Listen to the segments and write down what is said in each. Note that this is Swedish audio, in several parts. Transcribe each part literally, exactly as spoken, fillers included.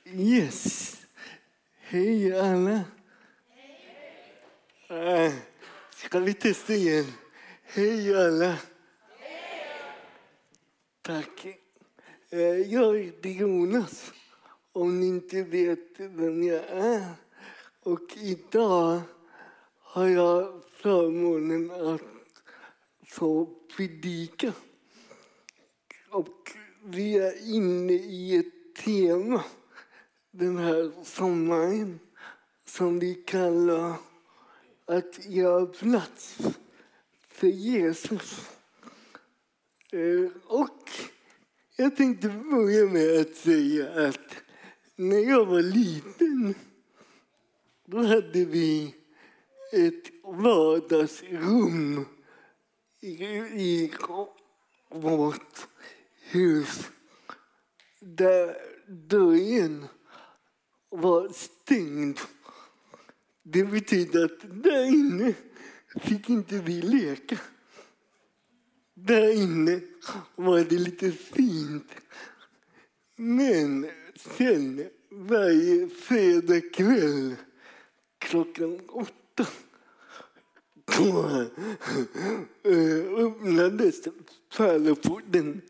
Yes. Hej alla. Hej. Äh, ska vi testa igen? Hej alla. Hej. Tack. Äh, jag heter Jonas. Om ni inte vet vem jag är. Och idag har jag förmånen att få predika. Och vi är inne i ett tema den här sommaren som vi kallar att göra plats för Jesus. Och jag tänkte börja med att säga att när jag var liten då hade vi ett vardagsrum i, i vårt hus där dörren var stängd. Det betyder att där inne fick inte vi leka. Där inne var det lite fint. Men sen varje fredagkväll klockan åtta då öppnades pärleporten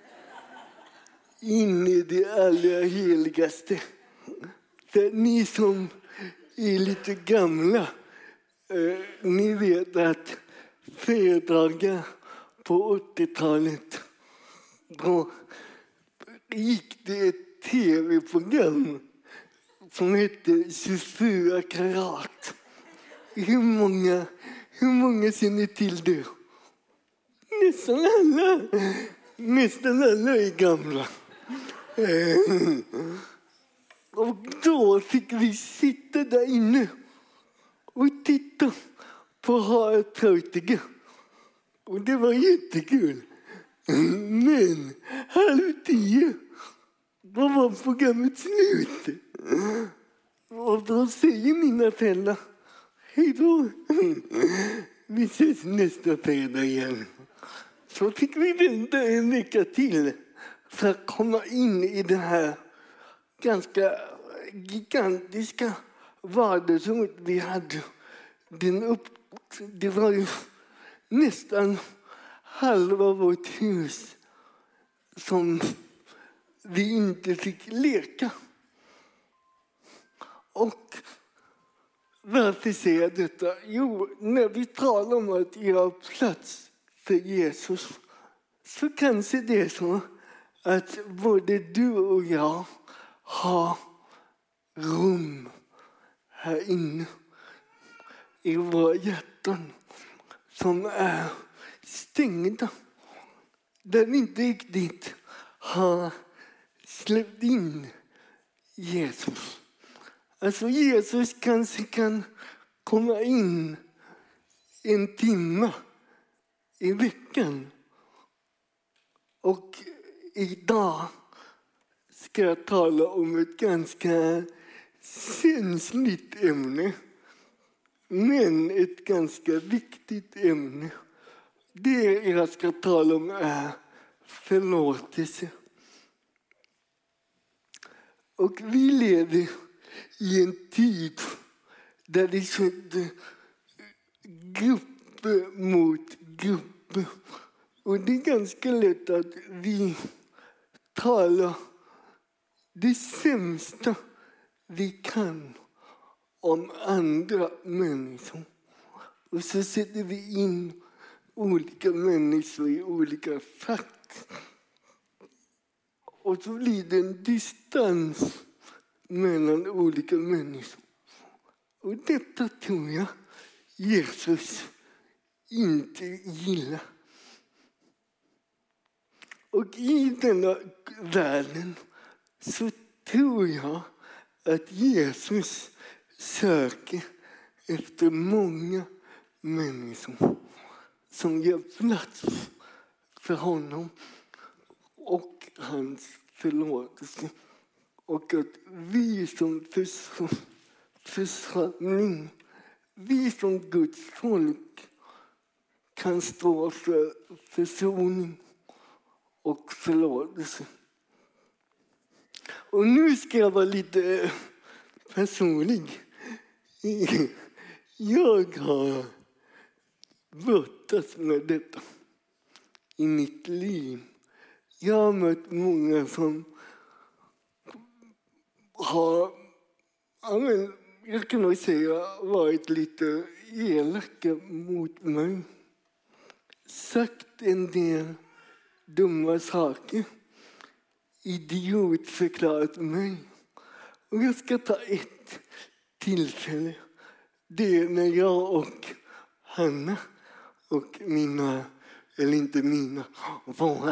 in i det allra heligaste. För ni som är lite gamla, eh, ni vet att fredagar på åttiotalet då gick det ett tv-program som hette tjugofyra karat. Hur många, hur många känner till det? Nästan alla. Nästan alla är gamla. Eh. Och då fick vi sitta där inne och titta på Harald-Törtiga. Och det var jättekul. Men halv tio, då var programmet slut. Och då säger mina föräldrar, hej då. Vi ses nästa fredag igen. Så fick vi vänta en vecka till för att komma in i det här ganska gigantiska vardagsrummet vi hade. Den upp, det var ju nästan halva vårt hus som vi inte fick leka. Och varför säger jag detta? Jo, när vi talar om att göra plats för Jesus så kanske det är så att både du och jag har rum här inne i våra hjärtan som är stängda. Där vi inte riktigt har släppt in Jesus. Alltså Jesus kanske kan komma in en timme i veckan. Och idag ska jag tala om ett ganska känsligt ämne. Men ett ganska viktigt ämne. Det jag ska tala om är förlåtelse. Och vi lever i en tid där det skedde grupper mot grupper. Och det är ganska lätt att vi talar det sämsta vi kan om andra människor. Och så sätter vi in olika människor i olika fack. Och så blir det en distans mellan olika människor. Och detta tror jag Jesus inte gillar. Och i denna världen så tror jag att Jesus söker efter många människor som ger plats för honom och hans förlåtelse. Och att vi som församling, vi som Guds folk kan stå för försoning och förlåtelse. Och nu ska jag vara lite personlig. Jag har brottats med detta i mitt liv. Jag har mött många som har, jag kan nog säga, varit lite elaka mot mig. Sagt en del dumma saker. Idiotförklarat mig. Och jag ska ta ett tillfälle. Det är när jag och Hanna och mina, eller inte mina, våra,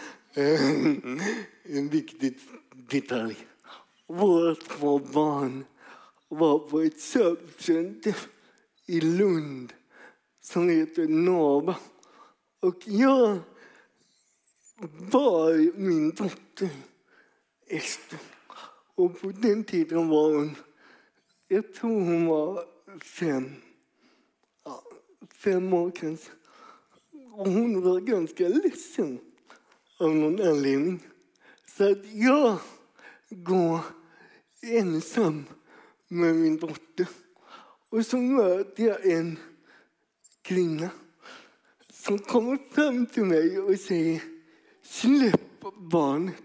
en viktig detalj. Våra två barn var på ett söpcenter i Lund som heter Nova. Och jag var min dotter Ester. Och på den tiden var hon, jag tror hon var fem, ja, fem år kanske. Och hon var ganska ledsen av någon anledning. Så att jag går ensam med min dotter. Och så möter jag en kvinna som kommer fram till mig och säger: släpp barnet.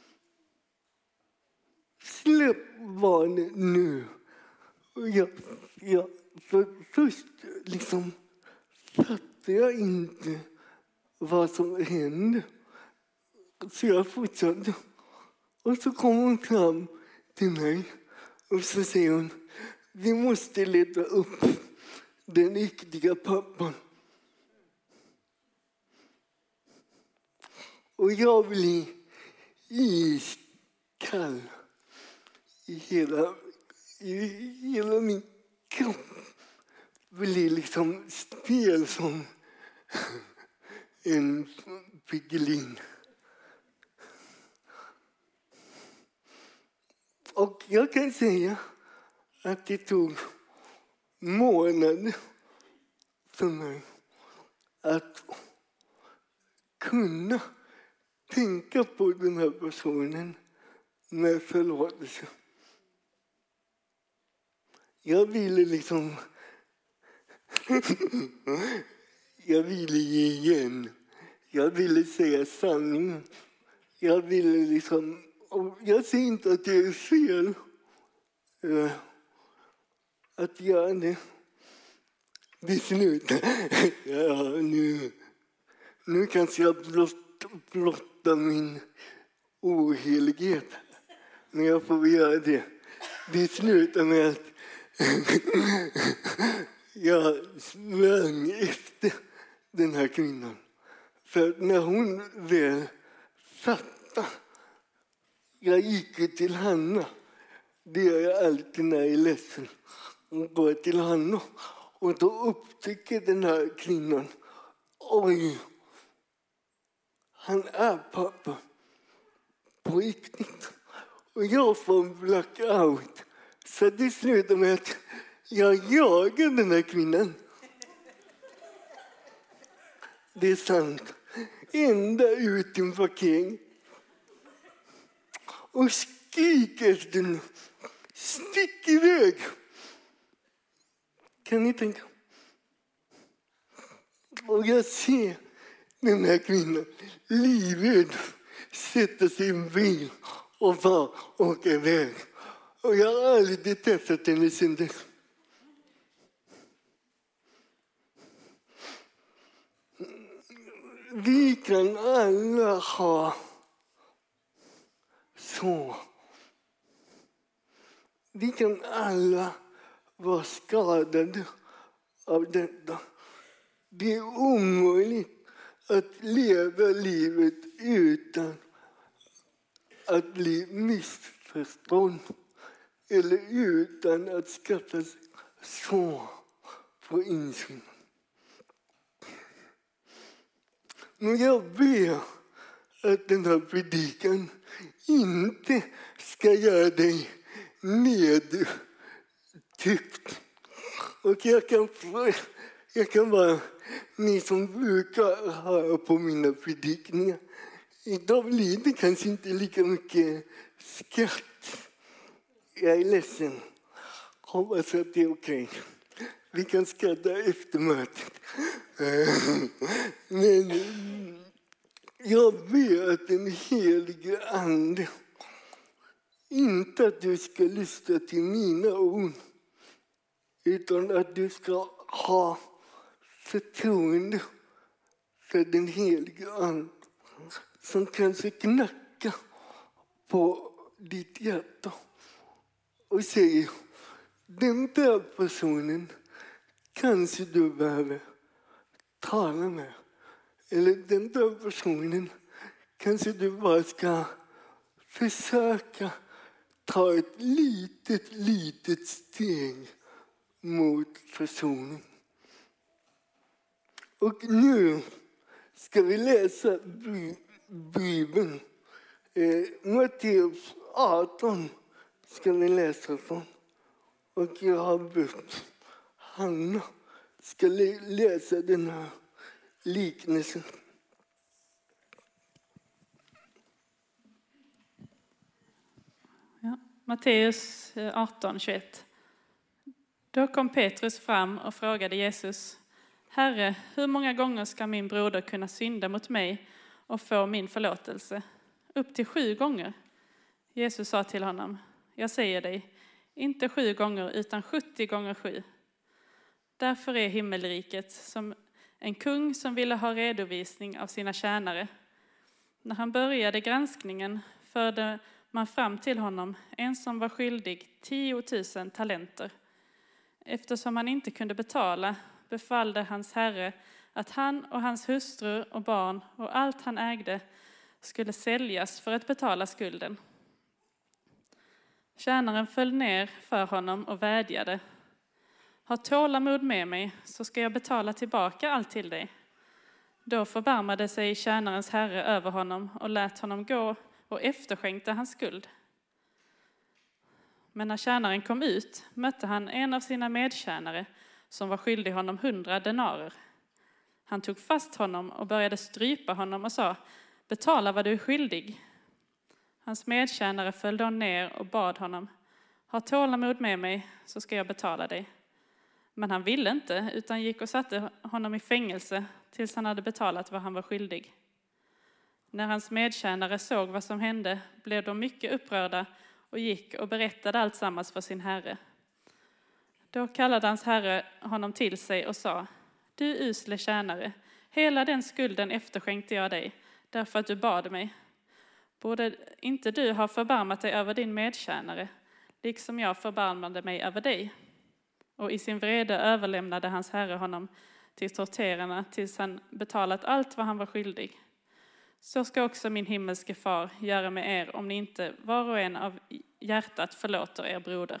Släpp barnet nu. Och jag, jag, för först liksom fattade jag inte vad som hände. Så jag fortsatte. Och så kom hon fram till mig och så säger hon: vi måste leta upp den riktiga pappan. Och jag blir iskall i hela, i hela min kropp. Blir liksom stel som en pigelin. Och jag kan säga att det tog månader för mig att kunna tänka på den här personen med förlåtelse. Jag ville liksom jag ville ge igen. Jag ville säga sanningen. Jag ville liksom, och jag säger inte att det är fel uh, att göra det. Beslut. Ja, nu, nu kanske jag blott, blottar min ohelighet när jag får göra det. Det slutar med att jag sprang efter den här kvinnan. För när hon väl fattade, jag gick till Hanna. Det gör jag alltid när jag är ledsen. Och går till Hanna. Och då upptäcker den här kvinnan: oj, han är pappa. På riktigt. Och jag får en blackout. Så det slutar med att jag jagar den här kvinnan. Det är sant. Ända ut i en parkering. Och skriker efter den. Stick iväg. Kan ni tänka? Och jag ser den här kvinnan livrädd sätta sig i en bil och bara åka iväg. Och jag har aldrig testat henne sedan dess. Vi kan alla ha så. Vi kan alla vara skadade av detta. Det är omöjligt att leva livet utan att bli missförstådd. Eller utan att skaffa sig så på insyn. Men jag ber att den här predikan inte ska göra dig nedtyckt. Och jag kan, jag kan bara, ni som brukar höra på mina predikningar, idag blir det kanske inte lika mycket skratt. Jag är ledsen. Hoppas att det är okej. Vi kan skratta efter mötet. Men jag ber att den helige ande, inte att du ska lyssna till mina ord, utan att du ska ha förtroende för den helige ande som kanske knackar på ditt hjärta och säger, den där personen kanske du behöver tala med. Eller den där personen kanske du bara ska försöka ta ett litet, litet steg mot personen. Och nu ska vi läsa Bibeln. Eh, Matteus arton ska vi läsa från. Och jag har bett Hanna ska läsa den här liknelsen. Ja, Matteus arton tjugoett. Då kom Petrus fram och frågade Jesus: Herre, hur många gånger ska min broder kunna synda mot mig och få min förlåtelse? Upp till sju gånger. Jesus sa till honom: Jag säger dig, inte sju gånger utan sjuttio gånger sju. Därför är himmelriket som en kung som ville ha redovisning av sina tjänare. När han började granskningen förde man fram till honom en som var skyldig tiotusen talenter. Eftersom han inte kunde betala befallde hans herre att han och hans hustru och barn och allt han ägde skulle säljas för att betala skulden. Tjänaren föll ner för honom och vädjade: Ha tålamod med mig, så ska jag betala tillbaka allt till dig. Då förbarmade sig tjänarens herre över honom och lät honom gå och efterskänkte hans skuld. Men när tjänaren kom ut mötte han en av sina medtjänare som var skyldig honom hundra denarer. Han tog fast honom och började strypa honom och sa: Betala vad du är skyldig. Hans medtjänare föll då ner och bad honom: Ha tålamod med mig, så ska jag betala dig. Men han ville inte, utan gick och satte honom i fängelse tills han hade betalat vad han var skyldig. När hans medtjänare såg vad som hände blev de mycket upprörda och gick och berättade allt sammans för sin herre. Då kallade hans herre honom till sig och sa: Du usle tjänare, hela den skulden efterskänkte jag dig, därför att du bad mig. Borde inte du ha förbarmat dig över din medtjänare, liksom jag förbarmade mig över dig? Och i sin vrede överlämnade hans herre honom till torterarna tills han betalat allt vad han var skyldig. Så ska också min himmelske far göra med er om ni inte var och en av hjärtat förlåter er broder.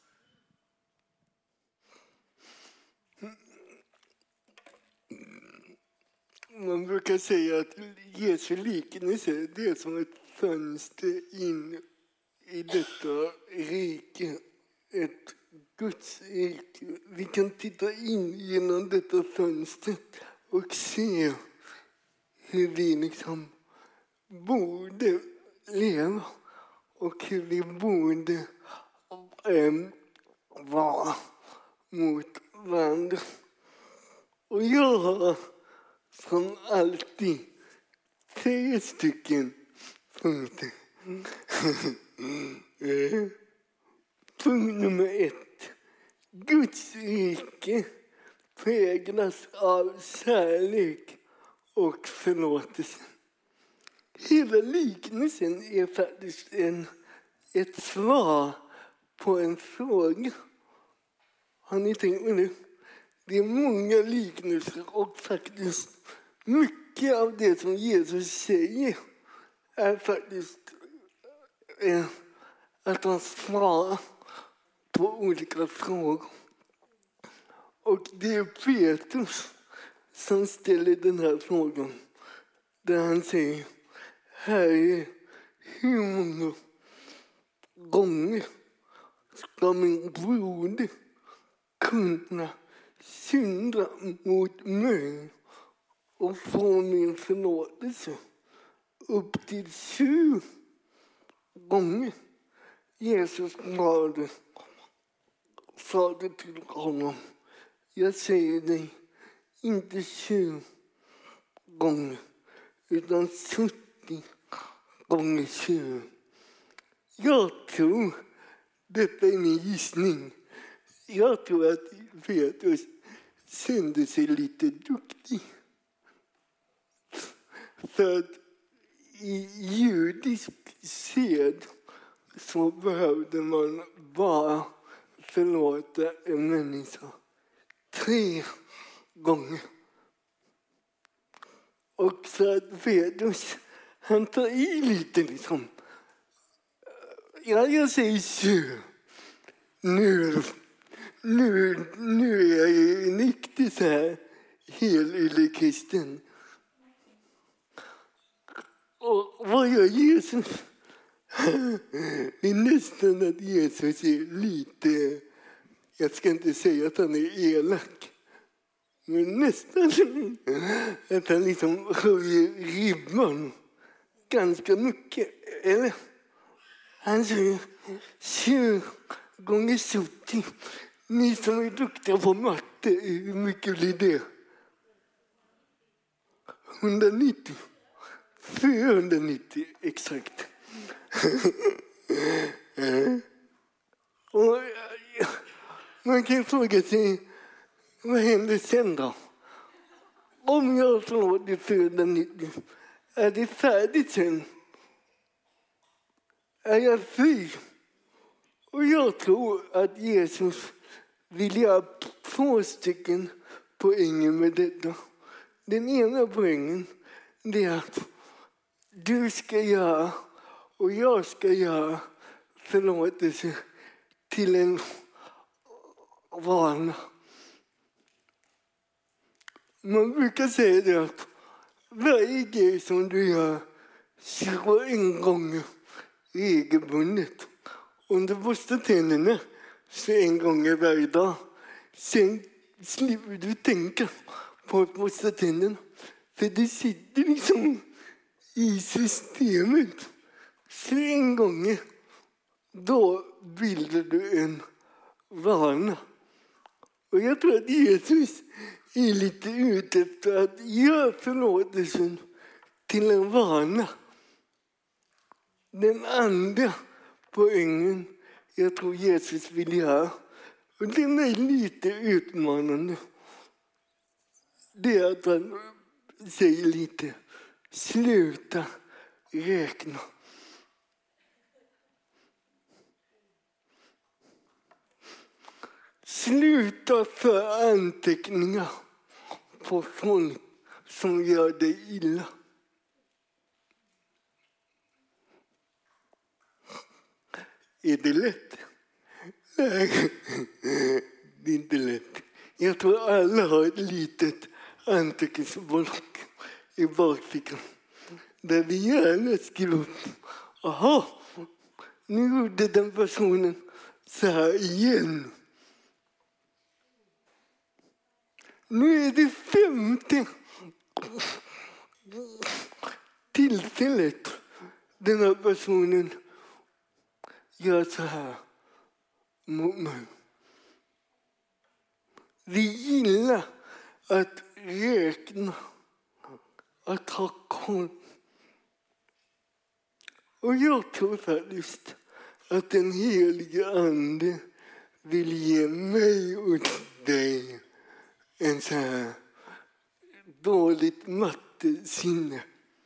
Man brukar säga att Jesu liknelse, det är som ett fönster in i detta rike. Ett Guds rike. Vi kan titta in genom detta fönster och se hur vi liksom borde leva och hur vi borde ähm, vara mot varandra. Och jag har som alltid tre stycken punkter. Punkt nummer ett. Guds rike präglas av kärlek och förlåtelse. Hela liknelsen är faktiskt en, ett svar på en fråga. Har ni tänkt på det? Det är många liknelser och faktiskt mycket av det som Jesus säger är faktiskt eh, att han svarar på olika frågor. Och det är Petrus som ställer den här frågan. Där han säger: Herre, hur många gånger ska min broder kunna synda mot mig och få min förlåtelse? Upp till sju gånger Jesus svarade, sa det till honom. Jag säger dig, inte tjugo gånger, utan sjuttio gånger tjugo. Jag tror, detta är min gissning, jag tror att Petrus kände sig lite duktig. För att i judisk sed så behövde man bara förlåta en människa tre gånger. Och så att Petrus, han tar i lite liksom. Ja, jag säger tjugo. Nu, nu, nu är jag ju riktigt så här helylle-kristen. Och vad gör Jesus? Det är nästan att Jesus är lite, jag ska inte säga att han är elak, men nästan att han liksom höjer ribban ganska mycket. Eller? Han säger tjugo gånger sjuttio. Ni som är duktiga på matte, hur mycket blir det? hundranittio. fyrahundranittio exakt. Och man kan fråga sig, vad händer sen då? Om jag slår det fyrahundranittio, är det färdigt sen? Är jag fri? Och jag tror att Jesus vill göra två stycken poänger med detta. Den ena poängen är att du ska göra och jag ska göra förlåtelse till en vana. Man brukar säga det att varje grej som du gör tjugoen gånger regelbundet. Om du borstar tänderna så en gång varje dag. Sen slipper du tänka på att borsta tänderna. För det sitter liksom i systemet. Så en gång då bildar du en vana. Och jag tror att Jesus är lite ute efter att göra förlåtelsen till en vana. Den andra poängen jag tror Jesus vill göra, och den är lite utmanande, det är att han säger lite, sluta räkna. Sluta för anteckningar på folk som gör dig illa. Är det lätt? Nej, det är inte lätt. Jag tror alla har ett litet anteckningsblock i bakfickan där vi gärna skriver upp. Aha, nu gjorde den personen så här igen. Nu är det femte tillfället den här personen gör så här mot mig. Vi gillar att räkna, att ha koll. Och jag tror faktiskt att den heliga ande vill ge mig och dig en så här dåligt mattesinne.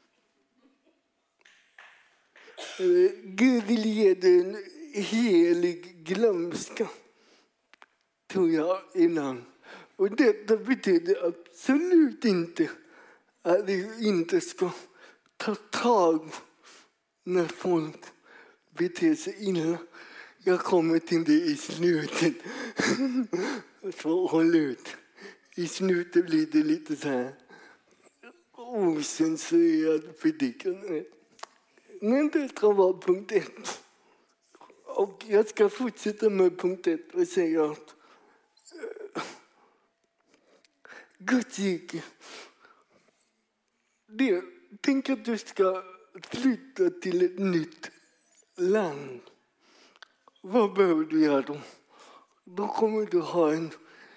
Gud vill ge dig en helig glömska, tror jag innan. Och detta betyder absolut inte att vi inte ska ta tag när folk beter sig illa. Jag kommer till det i slutet. Så håll ut. I slutet blir det lite så här osensurerad predikan. Men det var punkt ett. Och jag ska fortsätta med punkt ett och säga att uh, Guds rike. Tänk att du ska flytta till ett nytt land. Vad behöver du göra då? Då kommer du ha en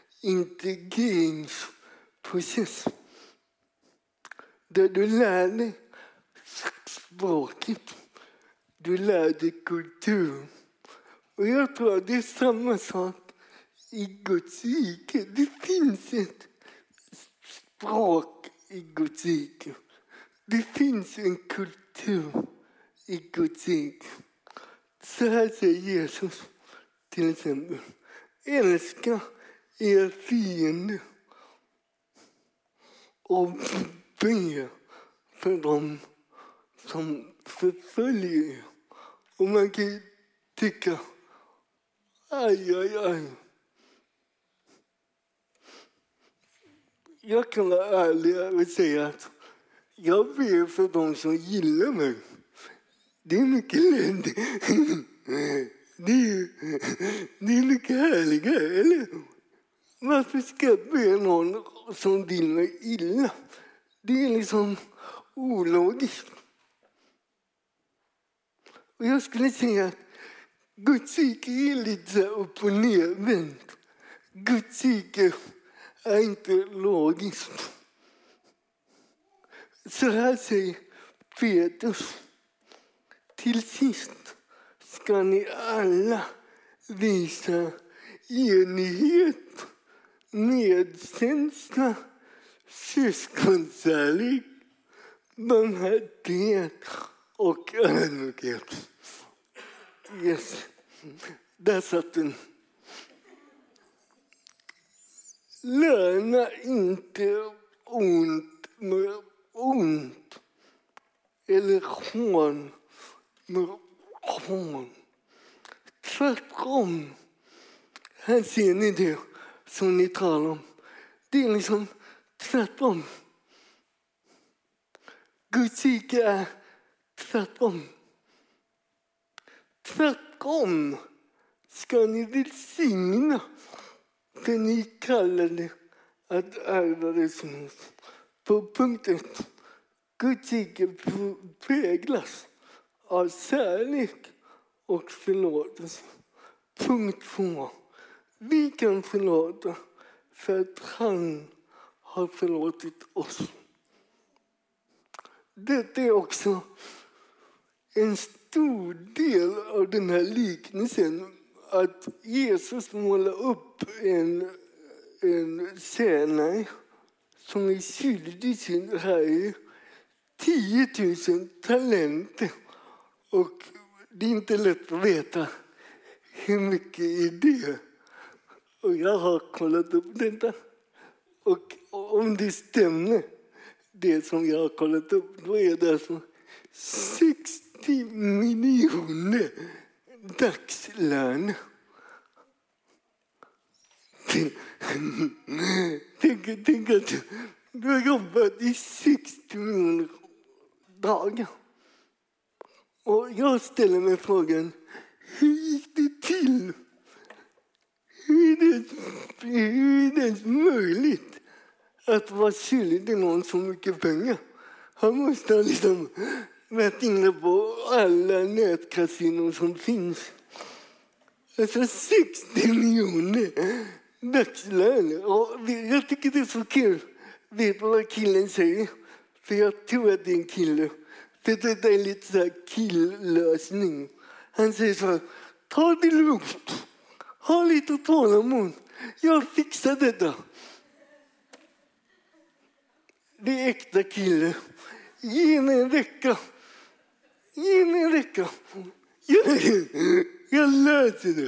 integreringsprocess där du lär dig språket, du lär dig kultur. Och jag tror att det är samma sak i Guds rike. Det finns ett språk i Guds rike. Det finns en kultur i Guds rike. Så här säger Jesus till exempel. Älska er fiende och be för dem som förföljer er. Och man kan tycka, aj, aj, aj. Jag kan vara ärlig och säga att jag ber för dem som gillar mig. Det är mycket lätt. Det är, det är mycket härligare, eller? Varför ska jag be någon som vill mig illa? Det är liksom ologiskt. Och jag skulle säga att Guds rike är lite så upp och nervänt. Guds rike är inte logiskt. Så här säger Petrus. Till sist ska ni alla visa enighet, medkänsla, syskonkärlek, barmhärtighet och ödmjukhet. Yes, där satt den. Löna inte ont med ont eller hån med hån. Tvärtom. Här ser ni det som ni talar om. Det är liksom tvärtom. Guds rike är tvärtom. Tvärtom ska ni välsigna, för ni kallade att ärva det som på punkt ett. Guds rike präglas av kärlek och förlåtelse. Punkt två. Vi kan förlåta för att han har förlåtit oss. Det är också en stor del av den här liknelsen, att Jesus målar upp en, en tjänare som är skyldig sin herre tio tusen talenter. Och det är inte lätt att veta hur mycket är det. Och jag har kollat upp detta. Och om det stämmer, det som jag har kollat upp, då är det alltså sextio miljoner dagslön. Tänk, tänk att du har jobbat i sextio miljoner dagar. Och jag ställer mig frågan, hur gick det till? Hur är det, hur är det möjligt att vara skyldig någon så mycket pengar? Han måste ha liksom varit inne på alla nätkasinon som finns. Alltså sextio miljoner dagslöner. Och jag tycker det är så kul. Vet du vad killen säger? För jag tror att det är en kille. För det är lite så här killlösning. Han säger så här, ta det lugnt. Ha lite tålamod. Jag fixar detta. Det är äkta kille. Ge mig en vecka. Ge mig en vecka. Jag, jag löser det.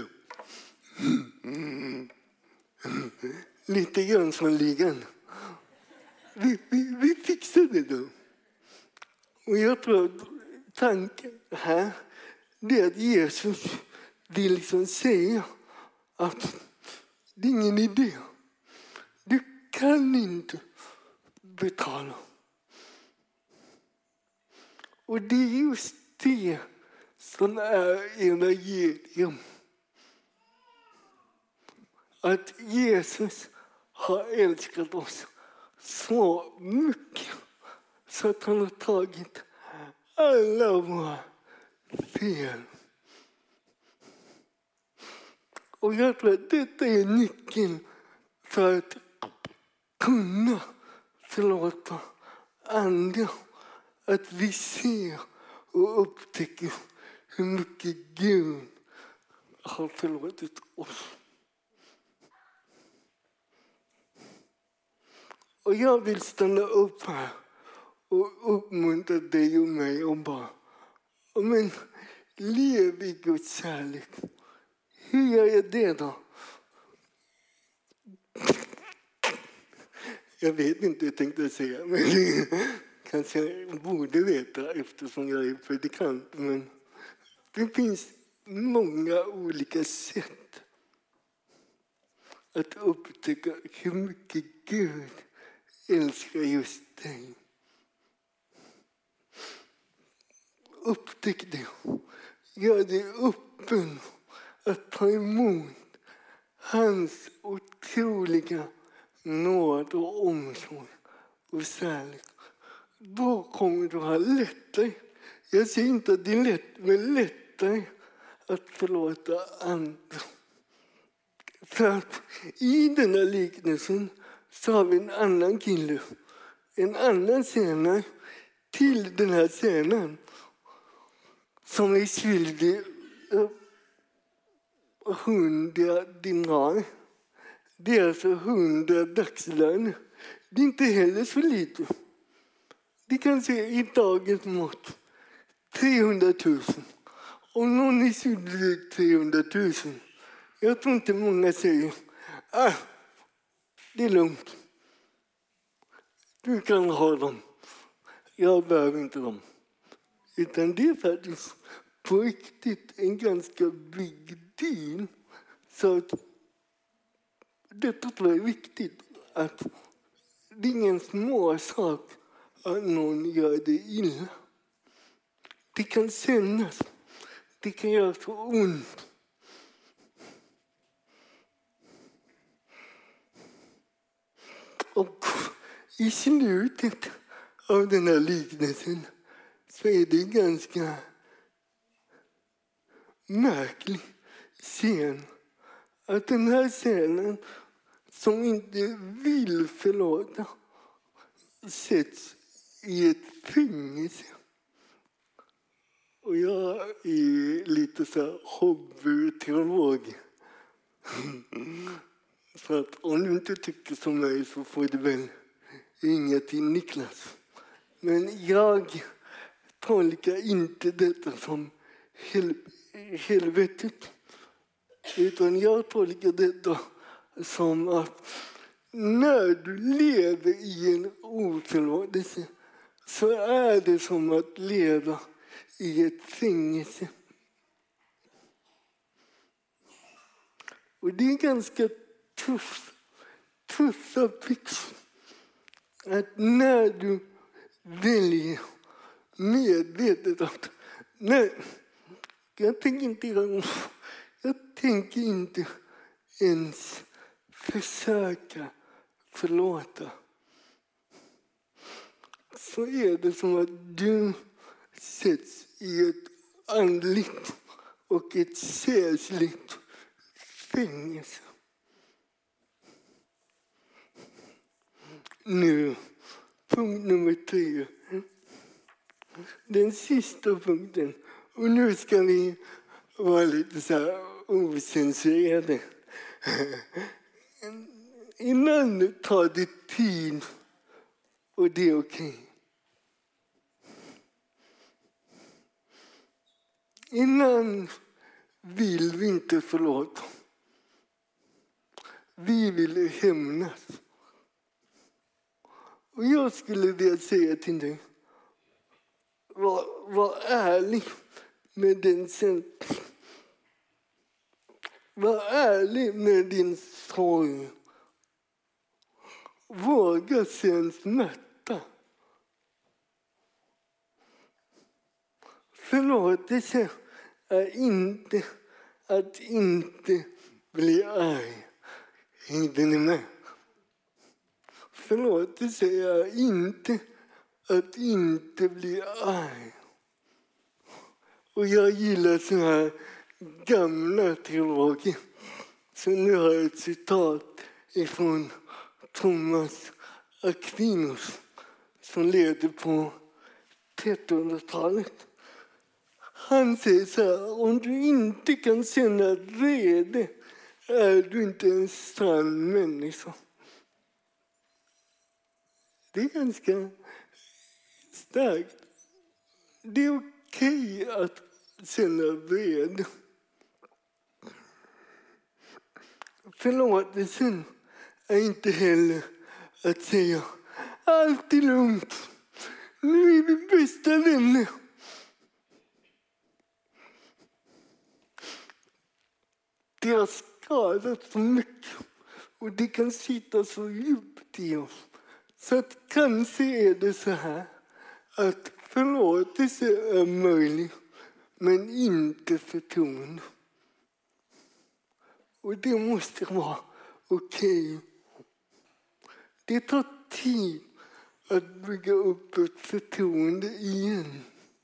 Lite grann som ligan. Vi, vi, vi fixar det då. Och jag tror att tanken här, det är att Jesus vill liksom säga att det är ingen idé. Du kan inte betala. Och det är just det som är evangelium. Att Jesus har älskat oss så mycket så att han har tagit alla våra fel Och jag tror att detta är nyckeln för att kunna förlåta andra. Att vi ser och upptäcker hur mycket Gud har förlåtit oss. Och jag vill stanna upp här och uppmuntra dig och mig och bara, men lev i Guds kärlek. Hur gör jag det då? Jag vet inte, jag tänkte säga, men kanske jag borde veta eftersom jag är predikant. Men det finns många olika sätt att upptäcka hur mycket Gud älskar just dig. Upptäck det. Gör dig öppen att ta emot hans otroliga nåd och omsorg och kärlek. Då kommer du ha lättare. Jag säger inte att det är lätt, men lättare att förlåta andra. För att i den här liknelsen så har vi en annan kille. En annan tjänare till den här tjänaren som är skyldig hundra dinar. Det är alltså hundra dagslöner. Det är inte heller så lite. Det kan se i dagens mått trehundratusen. Om någon är skyldig trehundratusen. Jag tror inte många säger ah, det är lugnt. Du kan ha dem. Jag behöver inte dem. Utan det är faktiskt på riktigt en ganska big deal. Så att detta tror jag är viktigt. Att det är ingen små sak att någon gör det illa. Det kan kännas. Det kan göra så ont. Och i slutet av den här liknelsen så är det ganska märklig scen. Att den här scenen som inte vill förlåta sätts i ett fängelse. Och jag är lite så här hobbyteolog. Så att om du inte tycker som mig så får du väl ringa till Niklas. Men jag tolkar inte detta som hel- helvetet. Utan jag tolkar detta som att när du lever i en oförlåtelse så är det som att leva i ett fängelse. Och det är ganska tufft, tuffa fix. Att när du väljer medvetet att nej, jag tänker inte göra, jag tänker inte ens försöka förlåta. Så är det som att du sätts i ett andligt och ett själsligt fängelse. Nu, punkt nummer tre. Den sista punkten. Och nu ska vi vara lite så här ocensurerade. Ibland tar det tid och det är okej. Okay. Innan vill vi inte förlåta. Vi vill hämnas. Och jag skulle vilja säga till dig, var, var ärlig med din känsla. Var ärlig med din sorg. Våga sen smärta. Förlåtelse är inte att inte bli arg. Hängde ni med? Förlåtelse är inte att inte bli arg. Och jag gillar såna här gamla teologer Så nu har jag ett citat ifrån Thomas Aquinas som levde på trettonhundratalet. Han säger så här: om du inte kan känna vrede är du inte en sann människa. Det är ganska starkt. Det är okej att känna vrede. Förlåtelsen är inte heller att säga allt är lugnt. Nu är vi bästa vänner. Det har skadat så mycket och det kan sitta så djupt i oss. Så att kanske är det så här att förlåtelse är möjlig men inte förtroende. Och det måste vara okej. Det tar tid att bygga upp ett förtroende igen.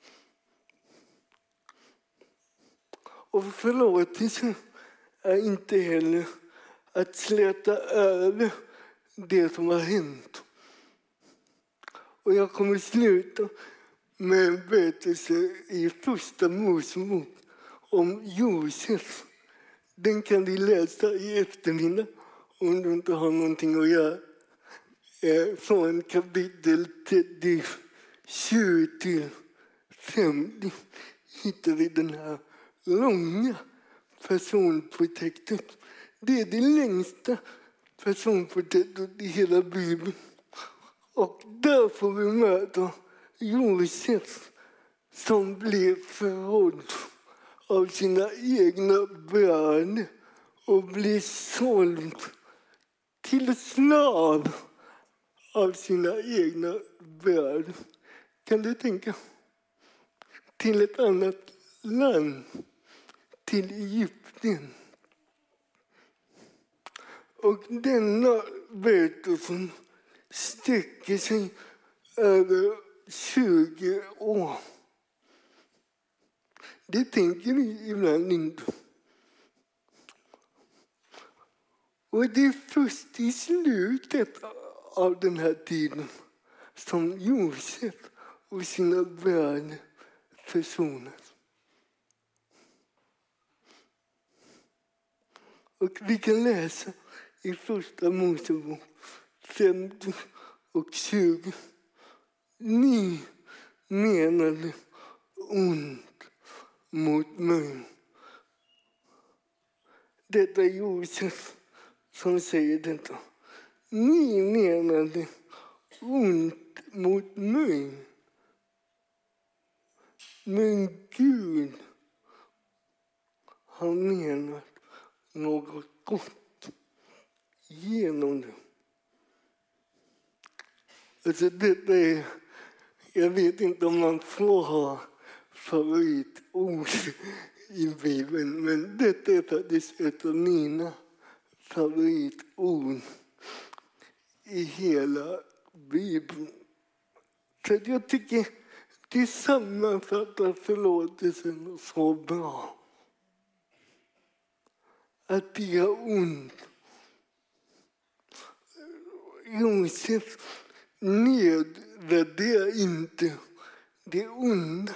Och förlåtelse är inte heller att släta över det som har hänt. Och jag kommer sluta med en berättelse i första Mosebok om Josef. Den kan vi läsa i eftermiddag om du inte har någonting att göra. Från kapitel tjugosju till femtio hittar vi den här långa personporträttet. Det är det längsta personporträttet i hela Bibeln. Och där får vi möta Josef som blev förrådd av sina egna bröder och blev såld till slav av sina egna bröder. Kan du tänka? Till ett annat land, till Egypten. Och denna berättelsen sträcker sig över tjugo år. Det tänker vi ibland inte. Och det är först i slutet av den här tiden som Josef och sina bröder försonas. Och vi kan läsa i första Mosebok femtio och tjugo. Ni menade ont mot mig. Detta är Josef som säger detta. Ni menade ont mot mig. Men Gud har menat något gott genom det. Alltså detta är, jag vet inte om man får ha favoritord i Bibeln, men detta är faktiskt ett av mina favoritord i hela Bibeln. Så jag tycker det sammanfattar förlåtelsen så bra. Att det är ont. Josef nedvärderar inte det onda.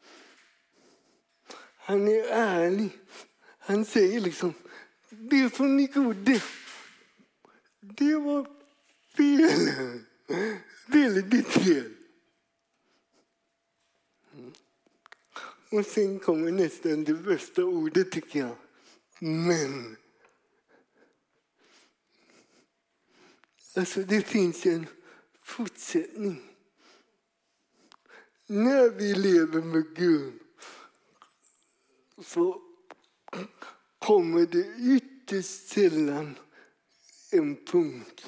Han är ärlig. Han säger liksom, det som ni gjorde, det var fel. Väldigt fel. Mm. Och sen kommer nästan det bästa ordet tycker jag. Men. Alltså det finns en fortsättning. När vi lever med Gud så kommer det ytterst sällan en punkt.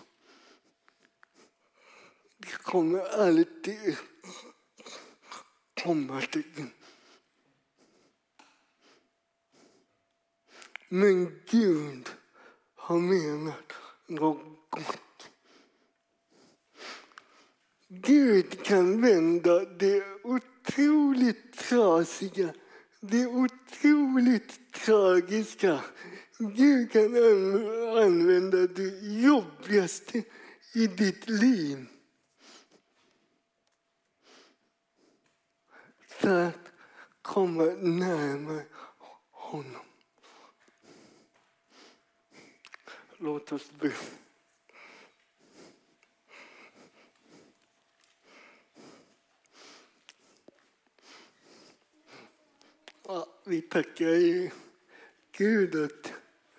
Det kommer alltid komma till. Men Gud har menat något gott. Gud kan vända det otroligt trasiga, det otroligt tragiska Gud kan använda det jobbigaste i ditt liv för att komma närmare honom. Låt oss be. Ja, vi tackar Gud att,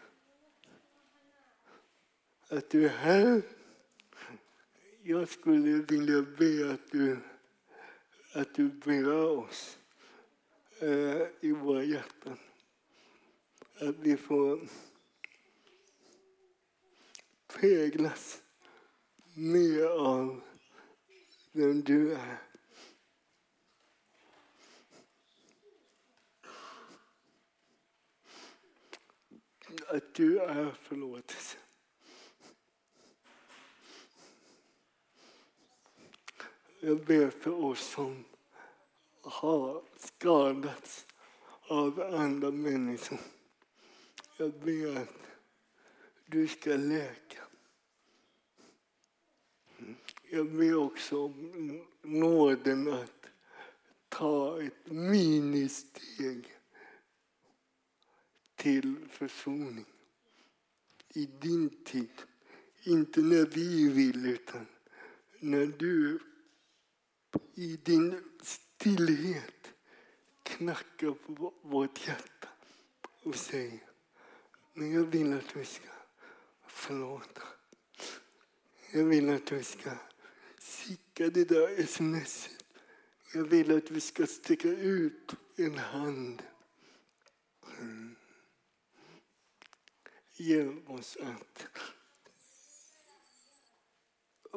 att du är här. Jag skulle vilja be att du, att du berör oss eh, i våra hjärtan. Att vi får präglas mer av vem du är. Att du är förlåtelse. Jag ber för oss som har skadats av andra människor. Jag ber att du ska läka. Jag ber också om nåden att ta ett ministeg till försoning i din tid. Inte när vi vill, utan när du i din stillhet knackar på vårt hjärta och säger: men jag vill att du ska förlåta. Jag vill att du ska skicka det där smset. Jag vill att vi ska sticka ut en hand. Mm. Hjälp oss att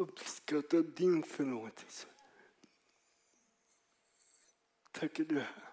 uppskatta din förlåtelse. Tackar du, Herre.